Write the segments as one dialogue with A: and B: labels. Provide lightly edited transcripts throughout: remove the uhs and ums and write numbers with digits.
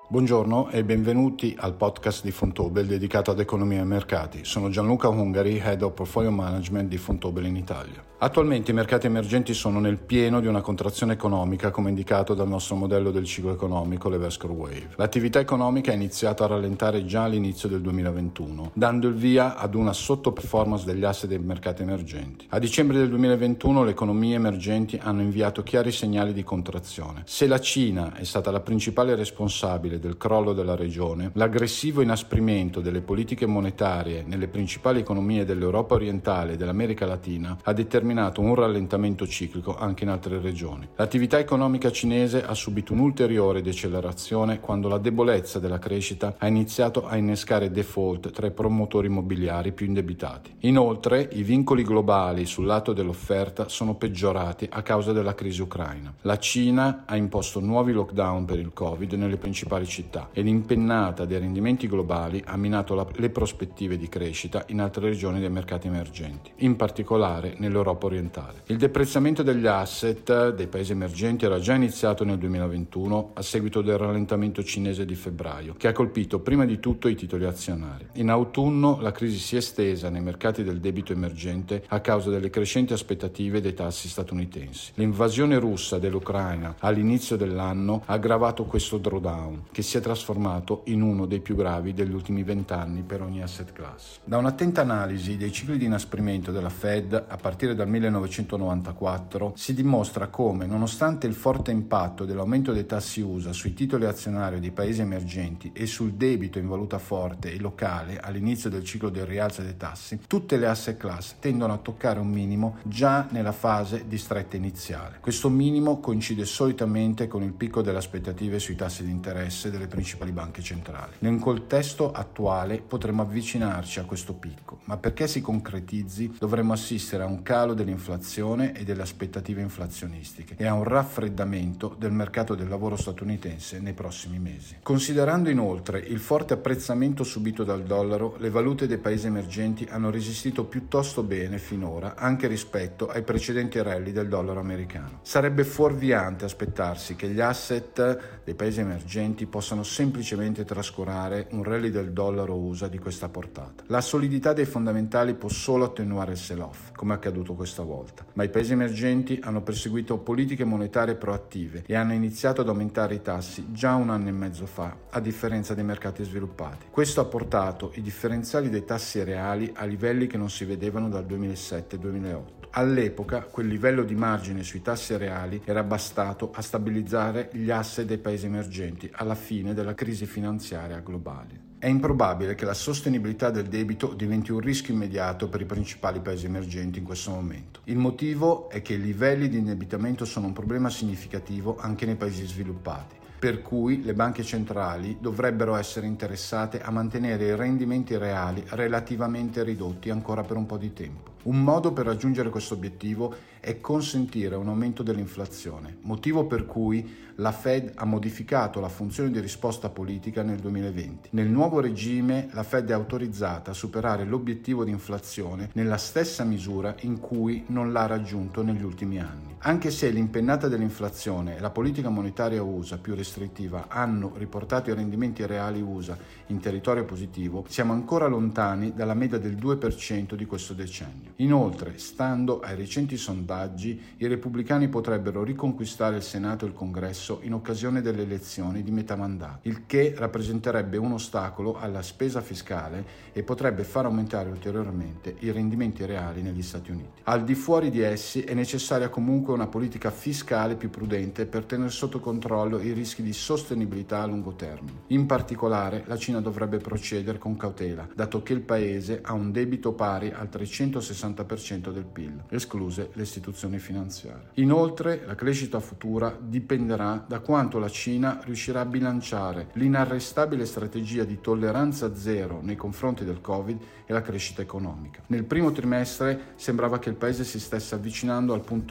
A: Buongiorno e benvenuti al podcast di Fontobel dedicato ad economia e mercati. Sono Gianluca Ungari, Head of Portfolio Management di Fontobel in Italia. Attualmente i mercati emergenti sono nel pieno di una contrazione economica come indicato dal nostro modello del ciclo economico, l'Evescore Wave. L'attività economica è iniziata a rallentare già all'inizio del 2021, dando il via ad una sottoperformance degli asset dei mercati emergenti. A dicembre del 2021 le economie emergenti hanno inviato chiari segnali di contrazione. Se la Cina è stata la principale responsabile del crollo della regione, l'aggressivo inasprimento delle politiche monetarie nelle principali economie dell'Europa orientale e dell'America Latina ha determinato un rallentamento ciclico anche in altre regioni. L'attività economica cinese ha subito un'ulteriore decelerazione quando la debolezza della crescita ha iniziato a innescare default tra i promotori immobiliari più indebitati. Inoltre, i vincoli globali sul lato dell'offerta sono peggiorati a causa della crisi ucraina. La Cina ha imposto nuovi lockdown per il Covid nelle principali città e l'impennata dei rendimenti globali ha minato le prospettive di crescita in altre regioni dei mercati emergenti, in particolare nell'Europa orientale. Il deprezzamento degli asset dei paesi emergenti era già iniziato nel 2021 a seguito del rallentamento cinese di febbraio, che ha colpito prima di tutto i titoli azionari. In autunno la crisi si è estesa nei mercati del debito emergente a causa delle crescenti aspettative dei tassi statunitensi. L'invasione russa dell'Ucraina all'inizio dell'anno ha aggravato questo drawdown, che si è trasformato in uno dei più gravi degli ultimi 20 anni per ogni asset class. Da un'attenta analisi dei cicli di inasprimento della Fed a partire dal 1994 si dimostra come, nonostante il forte impatto dell'aumento dei tassi USA sui titoli azionari dei paesi emergenti e sul debito in valuta forte e locale all'inizio del ciclo del rialzo dei tassi, tutte le asset class tendono a toccare un minimo già nella fase di stretta iniziale. Questo minimo coincide solitamente con il picco delle aspettative sui tassi di interesse delle principali banche centrali. Nel contesto attuale potremmo avvicinarci a questo picco, ma perché si concretizzi dovremmo assistere a un calo dell'inflazione e delle aspettative inflazionistiche e a un raffreddamento del mercato del lavoro statunitense nei prossimi mesi. Considerando inoltre il forte apprezzamento subito dal dollaro, le valute dei paesi emergenti hanno resistito piuttosto bene finora anche rispetto ai precedenti rally del dollaro americano. Sarebbe fuorviante aspettarsi che gli asset dei paesi emergenti possano semplicemente trascurare un rally del dollaro USA di questa portata. La solidità dei fondamentali può solo attenuare il sell-off, come è accaduto questa volta, ma i paesi emergenti hanno perseguito politiche monetarie proattive e hanno iniziato ad aumentare i tassi già un anno e mezzo fa, a differenza dei mercati sviluppati. Questo ha portato i differenziali dei tassi reali a livelli che non si vedevano dal 2007-2008. All'epoca quel livello di margine sui tassi reali era bastato a stabilizzare gli asset dei paesi emergenti alla fine della crisi finanziaria globale. È improbabile che la sostenibilità del debito diventi un rischio immediato per i principali paesi emergenti in questo momento. Il motivo è che i livelli di indebitamento sono un problema significativo anche nei paesi sviluppati, per cui le banche centrali dovrebbero essere interessate a mantenere i rendimenti reali relativamente ridotti ancora per un po' di tempo. Un modo per raggiungere questo obiettivo è consentire un aumento dell'inflazione, motivo per cui la Fed ha modificato la funzione di risposta politica nel 2020. Nel nuovo regime la Fed è autorizzata a superare l'obiettivo di inflazione nella stessa misura in cui non l'ha raggiunto negli ultimi anni. Anche se l'impennata dell'inflazione e la politica monetaria USA più restrittiva hanno riportato i rendimenti reali USA in territorio positivo, siamo ancora lontani dalla media del 2% di questo decennio. Inoltre, stando ai recenti sondaggi, i repubblicani potrebbero riconquistare il Senato e il Congresso in occasione delle elezioni di metà mandato, il che rappresenterebbe un ostacolo alla spesa fiscale e potrebbe far aumentare ulteriormente i rendimenti reali negli Stati Uniti. Al di fuori di essi è necessaria comunque una politica fiscale più prudente per tenere sotto controllo i rischi di sostenibilità a lungo termine. In particolare, la Cina dovrebbe procedere con cautela, dato che il paese ha un debito pari al 360% del PIL, escluse le istituzioni finanziarie. Inoltre, la crescita futura dipenderà da quanto la Cina riuscirà a bilanciare l'inarrestabile strategia di tolleranza zero nei confronti del Covid e la crescita economica. Nel primo trimestre sembrava che il paese si stesse avvicinando al punto più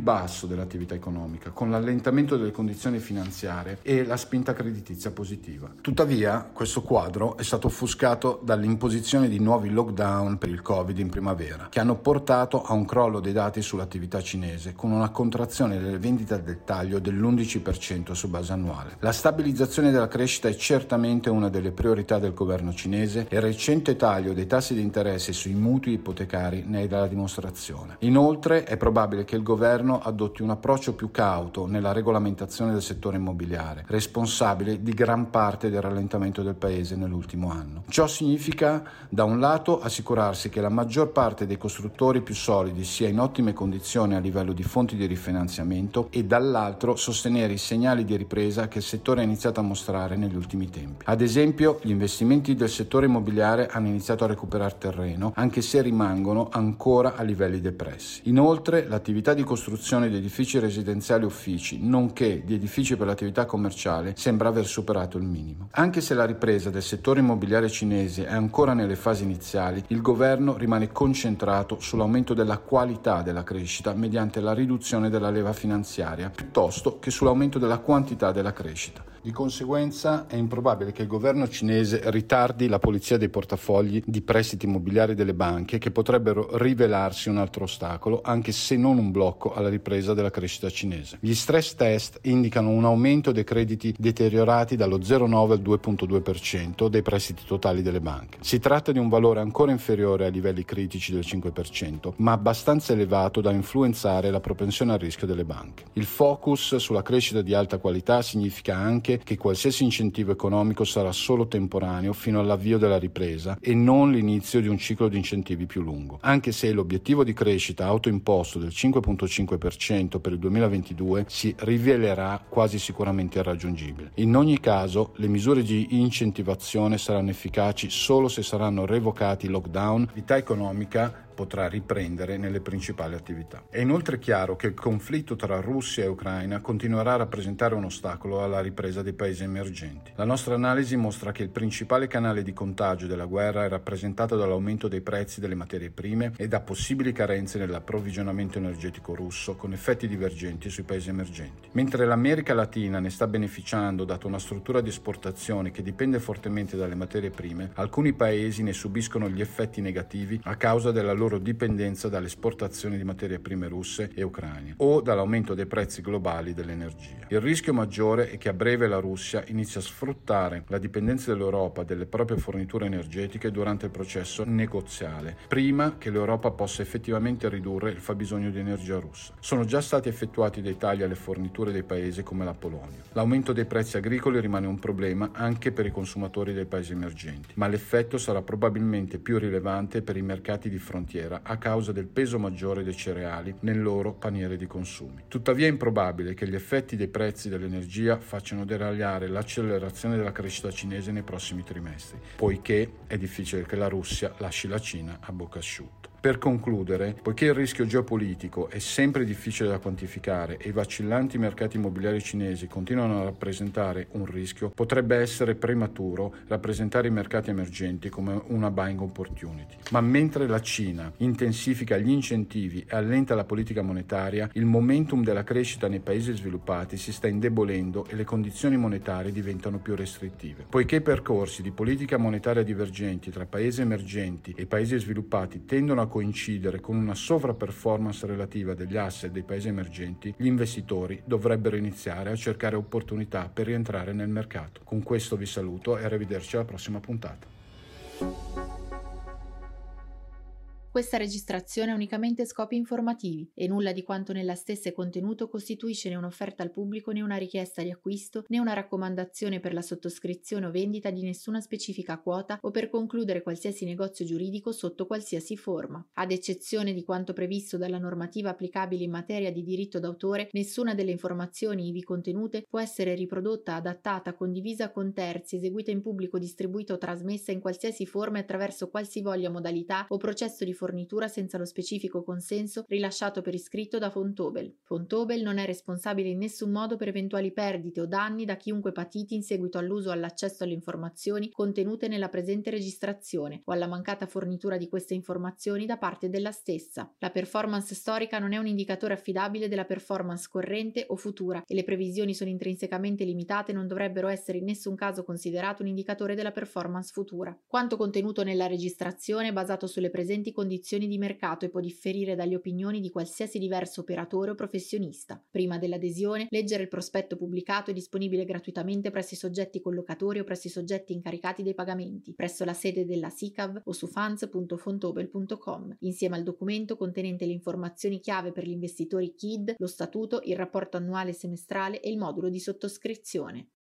A: ribasso dell'attività economica, con l'allentamento delle condizioni finanziarie e la spinta creditizia positiva. Tuttavia, questo quadro è stato offuscato dall'imposizione di nuovi lockdown per il Covid in primavera, che hanno portato a un crollo dei dati sull'attività cinese, con una contrazione delle vendite al dettaglio dell'11% su base annuale. La stabilizzazione della crescita è certamente una delle priorità del governo cinese e il recente taglio dei tassi di interesse sui mutui ipotecari ne è la dimostrazione. Inoltre, è probabile che il governo adotti un approccio più cauto nella regolamentazione del settore immobiliare, responsabile di gran parte del rallentamento del paese nell'ultimo anno. Ciò significa, da un lato, assicurarsi che la maggior parte dei costruttori più solidi sia in ottime condizioni a livello di fonti di rifinanziamento e dall'altro sostenere i segnali di ripresa che il settore ha iniziato a mostrare negli ultimi tempi. Ad esempio, gli investimenti del settore immobiliare hanno iniziato a recuperare terreno, anche se rimangono ancora a livelli depressi. Inoltre, l'attività di costruzione di edifici residenziali e uffici, nonché di edifici per l'attività commerciale, sembra aver superato il minimo. Anche se la ripresa del settore immobiliare cinese è ancora nelle fasi iniziali, il governo rimane concentrato sull'aumento della qualità della crescita mediante la riduzione della leva finanziaria, piuttosto che sull'aumento della quantità della crescita. Di conseguenza è improbabile che il governo cinese ritardi la pulizia dei portafogli di prestiti immobiliari delle banche, che potrebbero rivelarsi un altro ostacolo, anche se non un blocco alla ripresa della crescita cinese. Gli stress test indicano un aumento dei crediti deteriorati dallo 0,9 al 2,2% dei prestiti totali delle banche. Si tratta di un valore ancora inferiore ai livelli critici del 5%, ma abbastanza elevato da influenzare la propensione al rischio delle banche. Il focus sulla crescita di alta qualità significa anche che qualsiasi incentivo economico sarà solo temporaneo fino all'avvio della ripresa e non l'inizio di un ciclo di incentivi più lungo, anche se l'obiettivo di crescita autoimposto del 5,5% per il 2022 si rivelerà quasi sicuramente irraggiungibile. In ogni caso, le misure di incentivazione saranno efficaci solo se saranno revocati i lockdown, l'attività economica potrà riprendere nelle principali attività. È inoltre chiaro che il conflitto tra Russia e Ucraina continuerà a rappresentare un ostacolo alla ripresa dei paesi emergenti. La nostra analisi mostra che il principale canale di contagio della guerra è rappresentato dall'aumento dei prezzi delle materie prime e da possibili carenze nell'approvvigionamento energetico russo, con effetti divergenti sui paesi emergenti. Mentre l'America Latina ne sta beneficiando data una struttura di esportazione che dipende fortemente dalle materie prime, alcuni paesi ne subiscono gli effetti negativi a causa della loro dipendenza dalle esportazioni di materie prime russe e ucraine o dall'aumento dei prezzi globali dell'energia. Il rischio maggiore è che a breve la Russia inizi a sfruttare la dipendenza dell'Europa dalle proprie forniture energetiche durante il processo negoziale, prima che l'Europa possa effettivamente ridurre il fabbisogno di energia russa. Sono già stati effettuati dei tagli alle forniture dei paesi come la Polonia. L'aumento dei prezzi agricoli rimane un problema anche per i consumatori dei paesi emergenti, ma l'effetto sarà probabilmente più rilevante per i mercati di frontiera a causa del peso maggiore dei cereali nel loro paniere di consumi. Tuttavia è improbabile che gli effetti dei prezzi dell'energia facciano deragliare l'accelerazione della crescita cinese nei prossimi trimestri, poiché è difficile che la Russia lasci la Cina a bocca asciutta. Per concludere, poiché il rischio geopolitico è sempre difficile da quantificare e i vacillanti mercati immobiliari cinesi continuano a rappresentare un rischio, potrebbe essere prematuro rappresentare i mercati emergenti come una buying opportunity. Ma mentre la Cina intensifica gli incentivi e allenta la politica monetaria, il momentum della crescita nei paesi sviluppati si sta indebolendo e le condizioni monetarie diventano più restrittive. Poiché i percorsi di politica monetaria divergenti tra paesi emergenti e paesi sviluppati tendono a coincidere con una sovraperformance relativa degli asset dei paesi emergenti, gli investitori dovrebbero iniziare a cercare opportunità per rientrare nel mercato. Con questo vi saluto e arrivederci alla prossima puntata.
B: Questa registrazione ha unicamente scopi informativi e nulla di quanto nella stessa è contenuto costituisce né un'offerta al pubblico né una richiesta di acquisto né una raccomandazione per la sottoscrizione o vendita di nessuna specifica quota o per concludere qualsiasi negozio giuridico sotto qualsiasi forma. Ad eccezione di quanto previsto dalla normativa applicabile in materia di diritto d'autore, nessuna delle informazioni ivi contenute può essere riprodotta, adattata, condivisa con terzi, eseguita in pubblico, distribuita o trasmessa in qualsiasi forma e attraverso qualsivoglia modalità o processo di fornitura senza lo specifico consenso rilasciato per iscritto da Fontobel. Fontobel non è responsabile in nessun modo per eventuali perdite o danni da chiunque patiti in seguito all'uso o all'accesso alle informazioni contenute nella presente registrazione o alla mancata fornitura di queste informazioni da parte della stessa. La performance storica non è un indicatore affidabile della performance corrente o futura e le previsioni sono intrinsecamente limitate e non dovrebbero essere in nessun caso considerato un indicatore della performance futura. Quanto contenuto nella registrazione è basato sulle presenti condizioni di mercato e può differire dalle opinioni di qualsiasi diverso operatore o professionista. Prima dell'adesione, leggere il prospetto pubblicato è disponibile gratuitamente presso i soggetti collocatori o presso i soggetti incaricati dei pagamenti, presso la sede della SICAV o su funds.fontobel.com, insieme al documento contenente le informazioni chiave per gli investitori KID, lo statuto, il rapporto annuale e semestrale e il modulo di sottoscrizione.